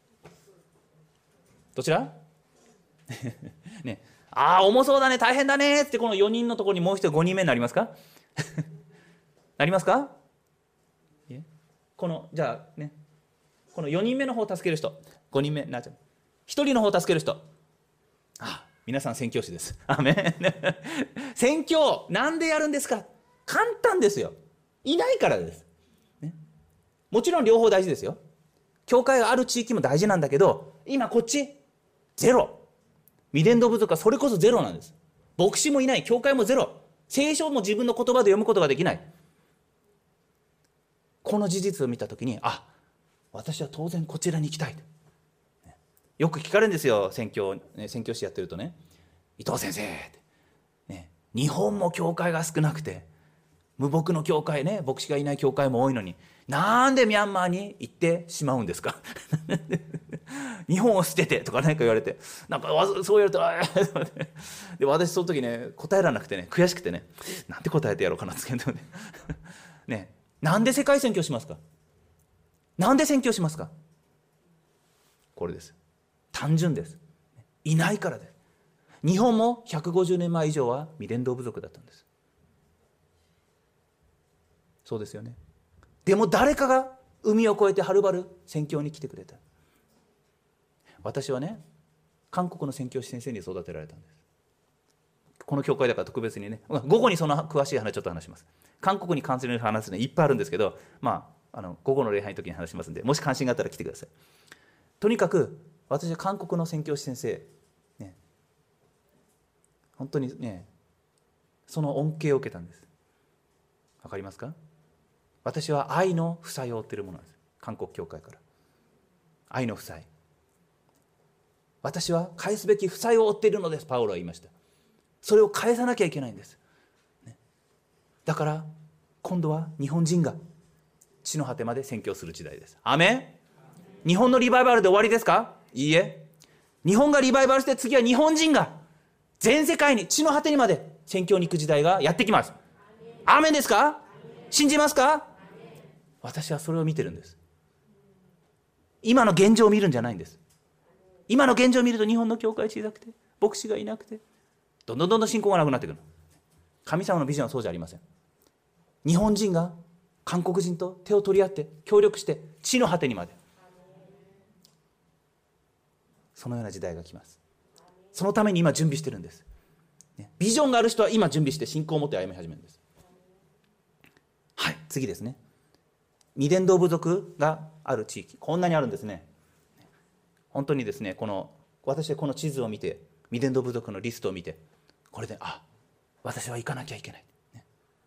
どちらね、重そうだね、大変だねってこの4人のところにもう一人5人目になりますかなりますか。このじゃあね、この4人目の方を助ける人、5人目なっちゃう、1人の方を助ける人、皆さん宣教師です。アメン宣教なんでやるんですか。簡単ですよ。いないからです、ね、もちろん両方大事ですよ。教会がある地域も大事なんだけど、今こっちゼロ、未伝道部族はそれこそゼロなんです。牧師もいない、教会もゼロ、聖書も自分の言葉で読むことができない。この事実を見たときに、私は当然こちらに行きたい。よく聞かれるんですよ、宣教師やってるとね、伊藤先生って、ね、日本も教会が少なくて無牧の教会ね、牧師がいない教会も多いのに、なんでミャンマーに行ってしまうんですか日本を捨ててとか何か言われて、なんかそう言われるとで、私その時ね答えられなくてね、悔しくてね、なんて答えてやろうかなってね、なんで世界宣教しますか。なんで宣教しますか。これです。単純です。いないからです。日本も150年前以上は未伝道部族だったんです。そうですよね。でも誰かが海を越えてはるばる宣教に来てくれた。私はね、韓国の宣教師先生に育てられたんです。この教会だから特別にね、午後にその詳しい話ちょっと話します。韓国に関する話ねいっぱいあるんですけど、午後の礼拝の時に話しますんで、もし関心があったら来てください。とにかく私は韓国の宣教師先生、ね、本当にね、その恩恵を受けたんです。わかりますか。私は愛の負債を負っているものなんです。韓国教会から愛の負債、私は返すべき負債を負っているのです、パウロは言いました。それを返さなきゃいけないんです、ね、だから今度は日本人が地の果てまで宣教する時代です。アメン。日本のリバイバルで終わりですか。いいえ、日本がリバイバルして、次は日本人が全世界に地の果てにまで宣教に行く時代がやってきます。アーメンですか。信じますか。私はそれを見てるんです。今の現状を見るんじゃないんです。今の現状を見ると日本の教会小さくて牧師がいなくてどんどん信仰がなくなってくる。神様のビジョンはそうじゃありません。日本人が韓国人と手を取り合って協力して地の果てにまで、そのような時代が来ます。そのために今準備してるんです。 ビジョンがある人は今準備して信仰を持って歩み始めるんです。はい、次ですね。未伝道部族がある地域、こんなにあるんですね。本当にですね、私はこの地図を見て、未伝道部族のリストを見て、これで私は行かなきゃいけない、ね、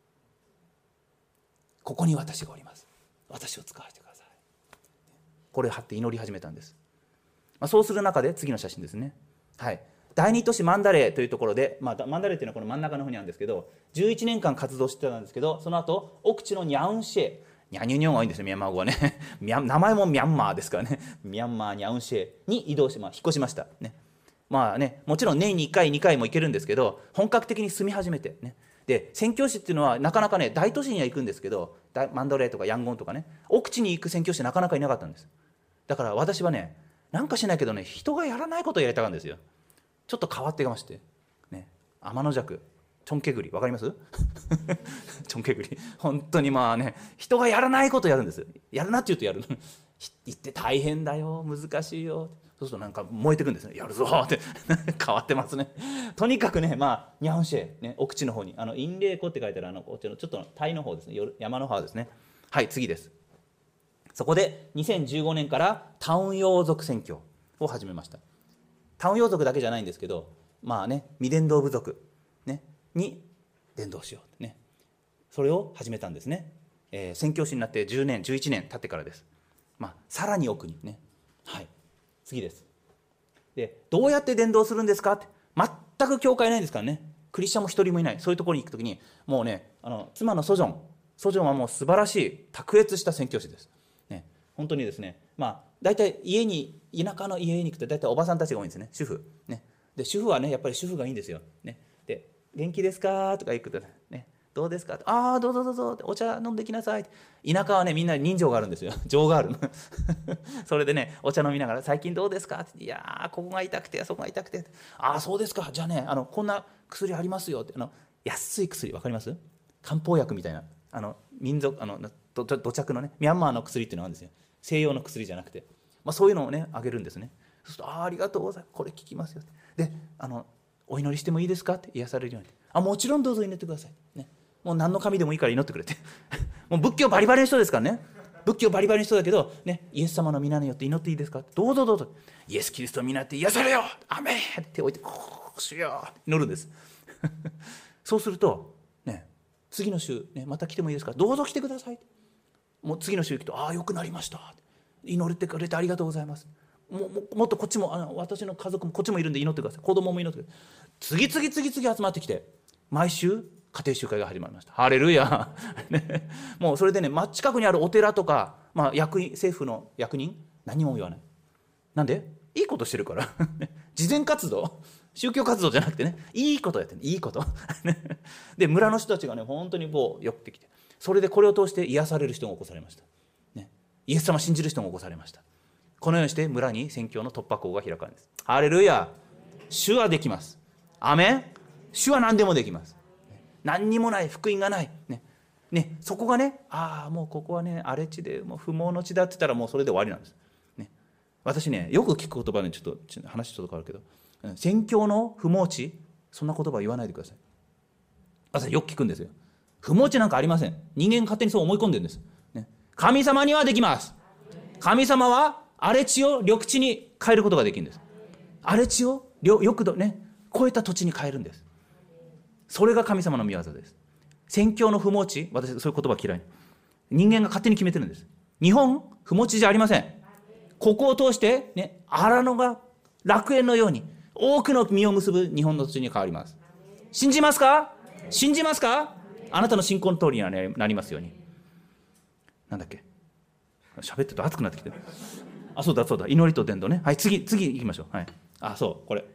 ここに私がおります、私を使わせてください、これを貼って祈り始めたんです。そうする中で次の写真ですね。はい、第二都市マンダレーというところで、マンダレーというのはこの真ん中の方にあるんですけど、11年間活動してたんですけど、その後奥地のニャウンシェ、ニャニュニョンが多いんですよ、ミャンマー語はね名前もミャンマーですからね、ミャンマーニャウンシェに移動し、引っ越しましたね。もちろん年に1回2回も行けるんですけど、本格的に住み始めてね。で宣教師っていうのはなかなかね、大都市には行くんですけど、マンダレーとかヤンゴンとかね、奥地に行く宣教師なかなかいなかったんです。だから私はね、なんかしないけどね、人がやらないことをやりたかったんですよ。ちょっと変わってましてね、天の弱チョンケグリ、わかりますチョンケグリ、本当に人がやらないことをやるんです。やるなって言うとやる言って大変だよ、難しいよ、そうするとなんか燃えてくんですね、やるぞって変わってますね。とにかくね、ニャンシェ、ね、奥地の方にインレイコって書いてあるこっちのちょっとタイの方ですね、山の方ですね。はい、次です。そこで2015年からタウン養族宣教を始めました。タウン養族だけじゃないんですけど、未伝道部族、ね、に伝道しよう、ね、それを始めたんですね。宣教師になって10年11年経ってからです。さらに奥にね。はい、次です。でどうやって伝道するんですかって、全く教会ないんですからね、クリスチャンも一人もいない、そういうところに行くときに、もうね、妻のソジョンはもう素晴らしい卓越した宣教師です、ね、本当にですね、大体田舎の家に行くと大体おばさんたちが多いんですね、主婦、ね、で主婦はね、やっぱり主婦がいいんですよ、ね、で元気ですかとか行くとね、どうですか、どうぞどうぞお茶飲んできなさい。田舎はね、みんな人情があるんですよ、情があるそれでね、お茶飲みながら最近どうですかって、いやここが痛くてそこが痛くて、そうですか、じゃあね、こんな薬ありますよって、安い薬わかります？漢方薬みたいな、民族土着のね、ミャンマーの薬っていうのがあるんですよ、西洋の薬じゃなくて、そういうのをねあげるんですね。そうするとありがとうございます、これ効きますよって、でお祈りしてもいいですかって癒されるように、もちろんどうぞ祈ってください、ね、もう何の神でもいいから祈ってくれてもう仏教バリバリの人ですからね、仏教バリバリの人だけど、ね、イエス様の皆によって祈っていいですか、どうぞどうぞ、イエスキリストの皆によって癒されよ、アメンって手を置いて、主よ祈るんですそうすると、ね、次の週、ね、また来てもいいですか、どうぞ来てください、もう次の週行くと、よくなりました、祈ってくれてありがとうございます、もっとこっちも私の家族もこっちもいるんで祈ってください、子供も祈ってください、次々集まってきて、毎週家庭集会が始まりました。ハレルヤ、ね、もうそれでね、近くにあるお寺とか、政府の役人何も言わない。なんで？いいことしてるから慈善活動、宗教活動じゃなくてね、いいことやってる、いいことで村の人たちがね、本当にもう寄ってきて、それでこれを通して癒される人が起こされました、ね、イエス様信じる人が起こされました。このようにして村に宣教の突破口が開かれるんです。ハレルヤ、主はできます。アメン。主は何でもできます。何にもない、福音がない、ね、そこがね、もうここはね荒れ地でもう不毛の地だって言ったらもうそれで終わりなんです、ね、私ね、よく聞く言葉でちょっと話ちょっと変わるけど、宣教の不毛地、そんな言葉言わないでください。私よく聞くんですよ。不毛地なんかありません。人間勝手にそう思い込んでるんです、ね、神様にはできます。神様は荒れ地を緑地に変えることができるんです。荒れ地をよくね超えた土地に変えるんです。それが神様の御業です。宣教の不毛地、私そういう言葉嫌い。人間が勝手に決めてるんです。日本不毛地じゃありません。ここを通してね、荒野が楽園のように多くの実を結ぶ日本の土地に変わります。信じますか？信じますか？あなたの信仰の通りになりますように。なんだっけ、喋ってると熱くなってきてる。そうだ祈りと伝道ね。はい、次行きましょう。はい、これ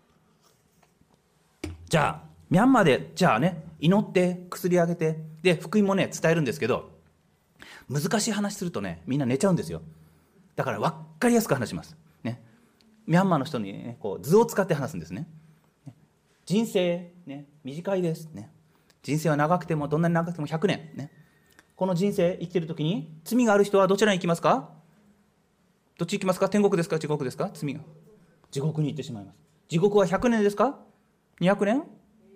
じゃあミャンマーでじゃあね、祈って薬あげて、で福音もね伝えるんですけど、難しい話するとねみんな寝ちゃうんですよ。だから分かりやすく話します、ね、ミャンマーの人に、ね、こう図を使って話すんですね。人生、ね、短いです、ね、人生は長くてもどんなに長くても100年、ね、この人生生きてる時に罪がある人はどちらに行きますか？どっち行きますか？天国ですか？地獄ですか？罪が地獄に行ってしまいます。地獄は100年ですか？200年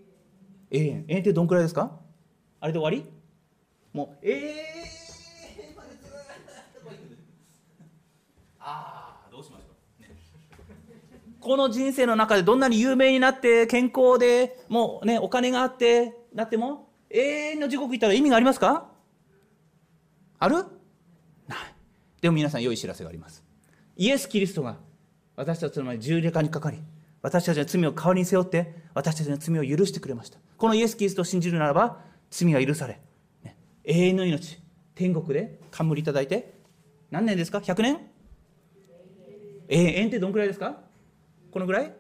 永遠。永遠ってどんくらいですか？あれで終わり？もう永遠までずっと行く。どうしましょう、ね、この人生の中でどんなに有名になって健康でもうねお金があってなっても永遠の地獄行ったら意味がありますか？ある？ない。でも皆さん良い知らせがあります。イエス・キリストが私たちの前に十字架にかかり、私たちの罪を代わりに背負って私たちの罪を許してくれました。このイエス・キリストを信じるならば罪が許され、ね、永遠の命、天国で冠いただいて、何年ですか？100年？永遠ってどんくらいですか？このぐらい？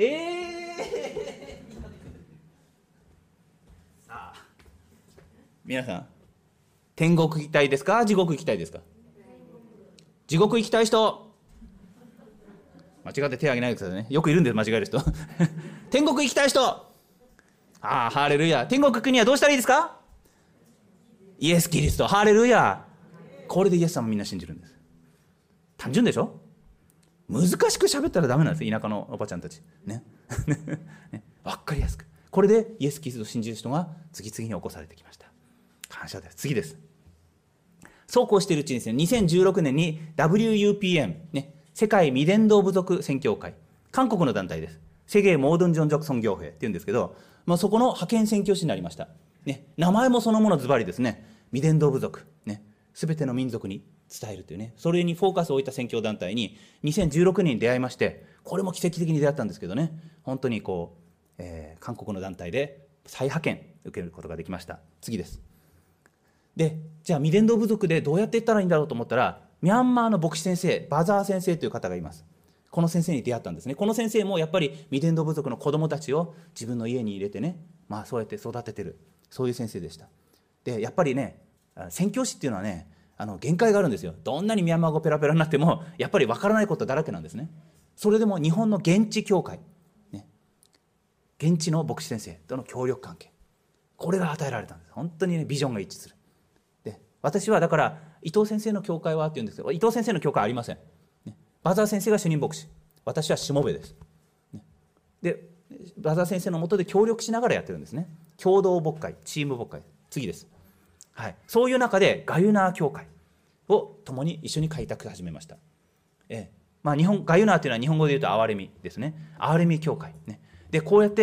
さあ皆さん、天国行きたいですか？地獄行きたいですか？地獄行きたい人、間違って手を挙げないでくださいね。よくいるんです、間違える人。天国行きたい人、ハレルヤ。天国行くにはどうしたらいいですか？イエス・キリスト、ハレルヤ。これでイエス様みんな信じるんです。単純でしょ？難しく喋ったらダメなんです、田舎のおばちゃんたちね。ね、分かりやすく。これでイエス・キリストを信じる人が次々に起こされてきました。感謝です。次です。そうこうしているうちにですね、2016年に WUPM、ね、世界未伝道部族宣教会、韓国の団体です。セゲモードンジョンジョクソン行兵っていうんですけど、そこの派遣宣教師になりました、ね、名前もそのものズバリですね、未伝道部族、ね、全ての民族に伝えるというね、それにフォーカスを置いた宣教団体に2016年に出会いまして、これも奇跡的に出会ったんですけどね、本当に韓国の団体で再派遣受けることができました。次です。で、じゃあ未伝道部族でどうやっていったらいいんだろうと思ったら、ミャンマーの牧師先生、バザー先生という方がいます。この先生に出会ったんですね。この先生もやっぱり未伝道部族の子どもたちを自分の家に入れてね、そうやって育ててる、そういう先生でした。でやっぱりね、宣教師っていうのはね、限界があるんですよ。どんなにミャンマー語ペラペラになってもやっぱり分からないことだらけなんですね。それでも日本の現地教会、ね、現地の牧師先生との協力関係、これが与えられたんです。本当にね、ビジョンが一致する。で私はだから伊藤先生の教会はって言うんですけど、伊藤先生の教会はありません、ね、バザー先生が主任牧師、私はしもべです、ね、でバザー先生の下で協力しながらやってるんですね。共同牧会、チーム牧会。次です。はい、そういう中でガユナー教会を共に一緒に開拓始めました。ガユナーというのは日本語で言うと憐れみですね。憐れみ教会、ね、でこうやって、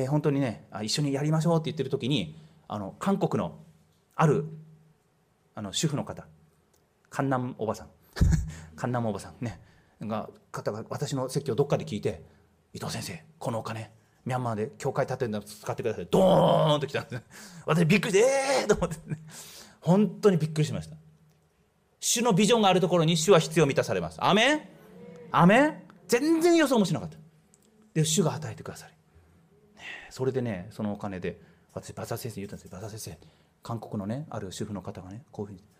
本当にね、一緒にやりましょうって言ってる時に、韓国のある主婦の方、カンナムおばさんカンナムおばさんね方が私の説教をどっかで聞いて、伊藤先生、このお金ミャンマーで教会建てるの使ってください、ドーンと来たんですね。私びっくりしてと思って、ね、本当にびっくりしました。主のビジョンがあるところに主は必要満たされます。アメンアメン。全然予想もしなかった。で主が与えてくださり、それでね、そのお金で私バザー先生に言ったんですよ。バザー先生、韓国のねある主婦の方がねこういうふうに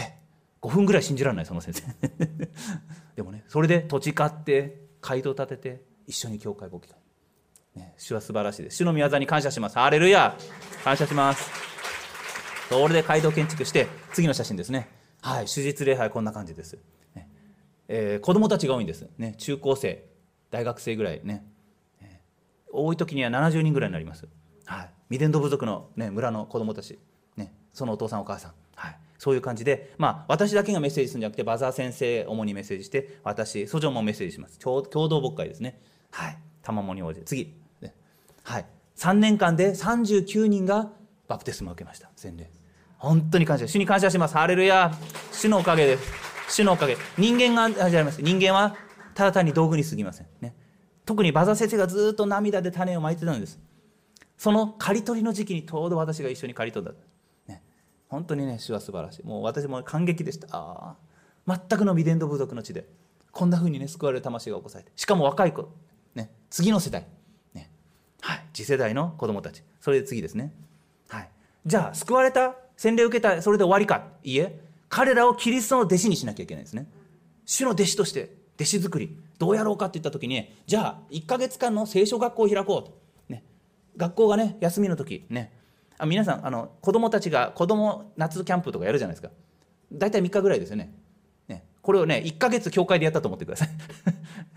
5分ぐらい信じられない、その先生でもね、それで土地買って街道建てて一緒に教会牧会、ね、主は素晴らしいです。主の御業に感謝します。ハレルヤ、感謝します。それで街道建築して、次の写真ですね。はい、主日礼拝こんな感じです、ね。子供たちが多いんです、ね、中高生、大学生ぐらいね、多い時には70人ぐらいになります。はい、未伝道部族の、ね、村の子供たち、ね、そのお父さんお母さん、はい、そういう感じで、私だけがメッセージするんじゃなくて、バザー先生主にメッセージして、私ソジョンもメッセージします。共同牧会ですね。はい、賜物に応じて次、ね、はい、3年間で39人がバプテスマを受けました。洗礼、本当に感謝、主に感謝します。ハレルヤ、主のおかげです。主のおかげ。人間はただ単に道具に過ぎません、ね、特にバザー先生がずっと涙で種をまいてたんです。その刈り取りの時期にちょうど私が一緒に刈り取った、ね、本当にね、主は素晴らしい。もう私も感激でした。全くの未伝道部族の地でこんな風にね救われる魂が起こされて、しかも若い子、ね、次の世代、ね、はい、次世代の子供たち。それで次ですね。はい、じゃあ救われた、洗礼を受けた、それで終わりか。いいえ、彼らをキリストの弟子にしなきゃいけないんですね。主の弟子として弟子作りどうやろうかって言った時に、じゃあ1ヶ月間の聖書学校を開こうと、ね、学校がね休みの時ね、皆さん子供たちが子供夏キャンプとかやるじゃないですか。だいたい3日ぐらいですよね。これをね1ヶ月教会でやったと思ってください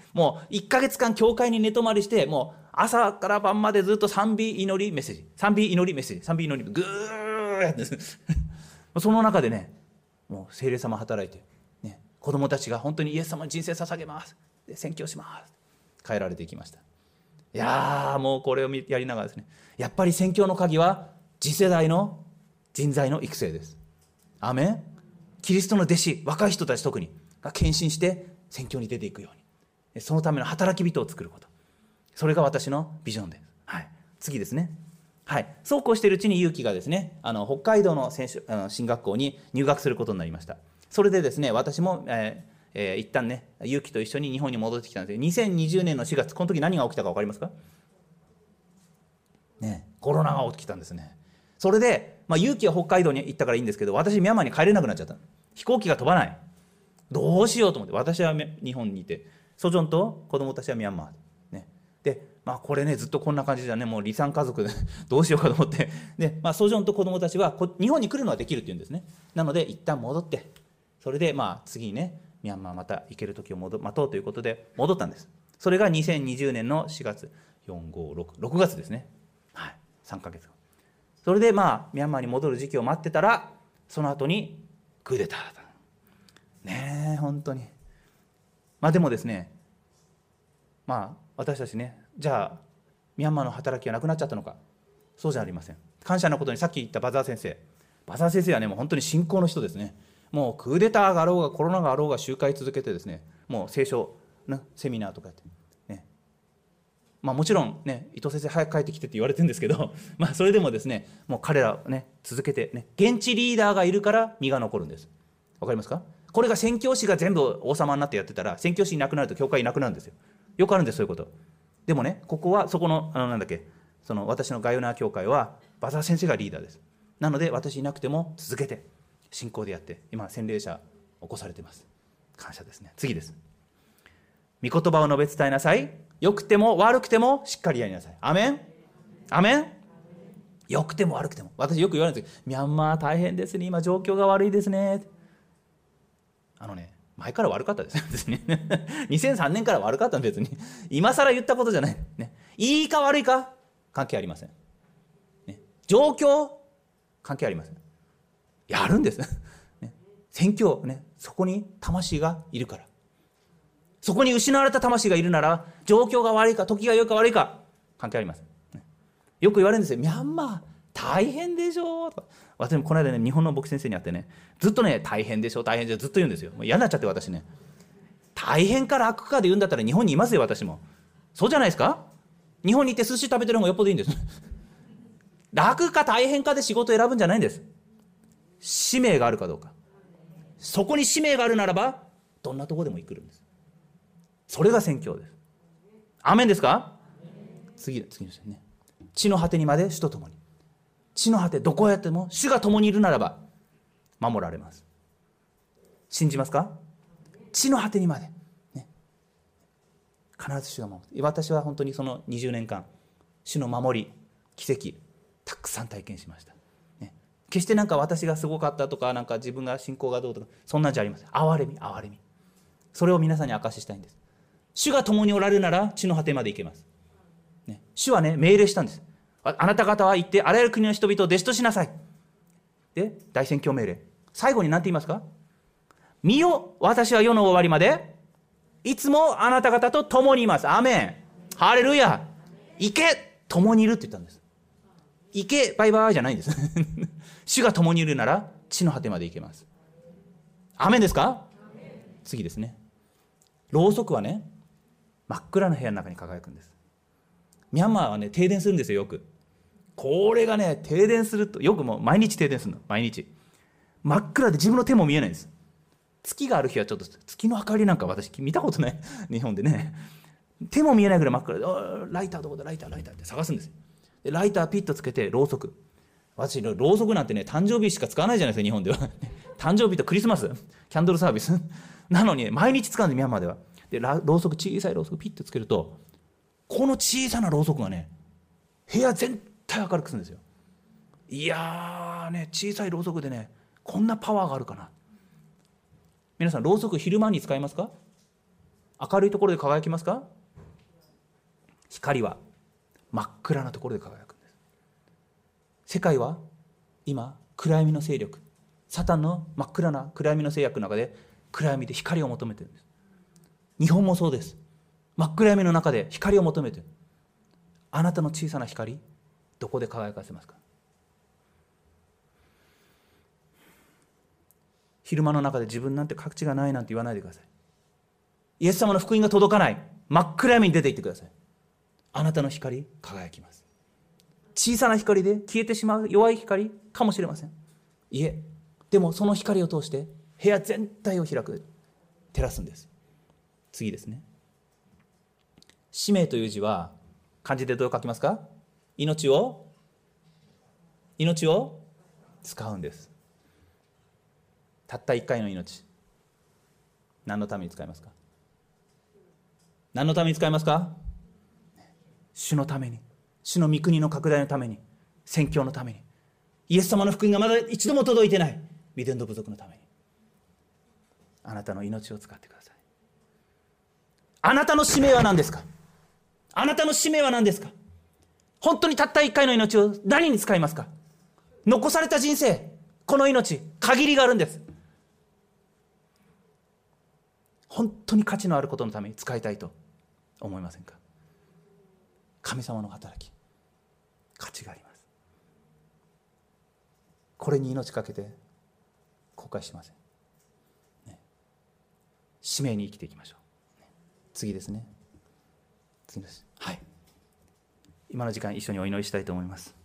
もう1ヶ月間教会に寝泊まりして、もう朝から晩までずっと賛美祈りメッセージ、賛美祈りメッセージ、賛美祈りぐーやってその中でね、もう聖霊様働いて、ね、子供たちが本当にイエス様に人生捧げます、で宣教します、変えられていきました。いやもうこれをやりながらですね、やっぱり宣教の鍵は次世代の人材の育成です。アーメン。キリストの弟子、若い人たち特にが献身して宣教に出ていくように、そのための働き人を作ること、それが私のビジョンです。はい、次ですね。はい、そうこうしているうちに勇気がですね、北海道の進学校に入学することになりました。それでですね、私も、一旦ね、勇気と一緒に日本に戻ってきたんですけど、2020年の4月、この時何が起きたか分かりますかね。コロナが起きたんですね。それで、勇気は北海道に行ったからいいんですけど、私ミャンマーに帰れなくなっちゃった。飛行機が飛ばない、どうしようと思って、私は日本にいて、ソジョンと子供たちはミャンマーで、ね、でこれね、ずっとこんな感じじゃね、もう離散家族でどうしようかと思って、で、ソジョンと子供たちは日本に来るのはできるって言うんですね。なので一旦戻って、それで次にね、ミャンマーまた行ける時を待とうということで戻ったんです。それが2020年の4月、6月ですね。はい、3ヶ月。それでミャンマーに戻る時期を待ってたら、その後にクーデターだね。本当にでもですね、私たちね、じゃあミャンマーの働きがなくなっちゃったのか、そうじゃありません。感謝なことに、さっき言ったバザー先生はね、もう本当に信仰の人ですね。もうクーデターがあろうがコロナがあろうが集会続けてですね、もう聖書、セミナーとかやって、ね、もちろんね、伊藤先生早く帰ってきてって言われてるんですけどそれでもですね、もう彼らね続けてね、現地リーダーがいるから実が残るんです。わかりますか？これが宣教師が全部王様になってやってたら、宣教師いなくなると教会いなくなるんですよ。よくあるんです、そういうこと。でもね、ここはそこのその私のガイオナー教会はバザー先生がリーダーです。なので私いなくても続けて信仰でやって、今洗礼者起こされています。感謝ですね。次です。御言葉を述べ伝えなさい。良くても悪くてもしっかりやりなさい。アメン。アメン。良くても悪くても、私よく言われるんですけど、ミャンマー大変ですね、今状況が悪いですね。前から悪かったですね2003年から悪かったんです。別に今更言ったことじゃない、ね、いいか悪いか関係ありません、ね、状況関係ありません。やるんです、ね、宣教、ね、そこに魂がいるから。そこに失われた魂がいるなら、状況が悪いか時が良いか悪いか関係ありません、ね、よく言われるんですよ。ミャンマー大変でしょとか。私もこの間ね、日本の牧師先生に会ってね、ずっとね、大変でしょ大変でしょずっと言うんですよ。もう嫌になっちゃって、私ね、大変か楽かで言うんだったら日本にいますよ、私も。そうじゃないですか。日本に行って寿司食べてる方がよっぽどいいんです楽か大変かで仕事を選ぶんじゃないんです。使命があるかどうか。そこに使命があるならば、どんなところでも行くんです。それが宣教です。アーメンですか？次の人ね。地の果てにまで主と共に。地の果て、どこへやっても主が共にいるならば守られます。信じますか？地の果てにまで、ね、必ず主が守る。私は本当にその20年間、主の守り、奇跡たくさん体験しました、ね、決して私がすごかったとか、自分が信仰がどうとか、そんなんじゃありません。憐れみ、それを皆さんに証ししたいんです。主が共におられるなら地の果てまで行けます、ね、主はね、命令したんです。あなた方は行ってあらゆる国の人々を弟子としなさい。で、大宣教命令。最後に何て言いますか？見よ、私は世の終わりまでいつもあなた方と共にいます。アーメン。ハレルヤ。行け、共にいるって言ったんです。行け、バイバイじゃないんです主が共にいるなら地の果てまで行けます。アーメンですか？次ですね。ろうそくはね、真っ暗な部屋の中に輝くんです。ミャンマーはね、停電するんですよ、よく。これがね、停電すると、よくもう毎日停電するの、毎日。真っ暗で自分の手も見えないんです。月がある日はちょっと、月の明かりなんか私見たことない、日本でね。手も見えないぐらい真っ暗で、ライターどこだ、ライターって探すんですよ。でライターピッとつけて、ろうそく。私、ろうそくなんてね、誕生日しか使わないじゃないですか、日本では。誕生日とクリスマス、キャンドルサービス。なのに、毎日使うんです、ミャンマーでは。で、ろうそく、小さいろうそくピッとつけると、この小さなろうそくがね、部屋全体明るくするんですよ。いやーね、小さいろうそくでね、こんなパワーがあるかな。皆さん、ろうそく昼間に使いますか？ 明るいところで輝きますか？光は真っ暗なところで輝くんです。世界は今暗闇の勢力、サタンの真っ暗な暗闇の制約の中で暗闇で光を求めているんです。日本もそうです。真っ暗闇の中で光を求めている。あなたの小さな光、どこで輝かせますか？昼間の中で自分なんて価値がないなんて言わないでください。イエス様の福音が届かない真っ暗闇に出て行ってください。あなたの光、輝きます。小さな光で消えてしまう弱い光かもしれません。いえ、でもその光を通して部屋全体を開く、照らすんです。次ですね。使命という字は漢字でどう書きますか？命を使うんです。たった一回の命、何のために使いますか？何のために使いますか？主のために、主の御国の拡大のために、宣教のために、イエス様の福音がまだ一度も届いてない未伝道部族のために、あなたの命を使ってください。あなたの使命は何ですか？あなたの使命は何ですか？本当にたった一回の命を何に使いますか？残された人生、この命、限りがあるんです。本当に価値のあることのために使いたいと思いませんか？神様の働き、価値があります。これに命かけて後悔しません、使命に生きていきましょう。次ですね。次です。はい。今の時間一緒にお祈りしたいと思います。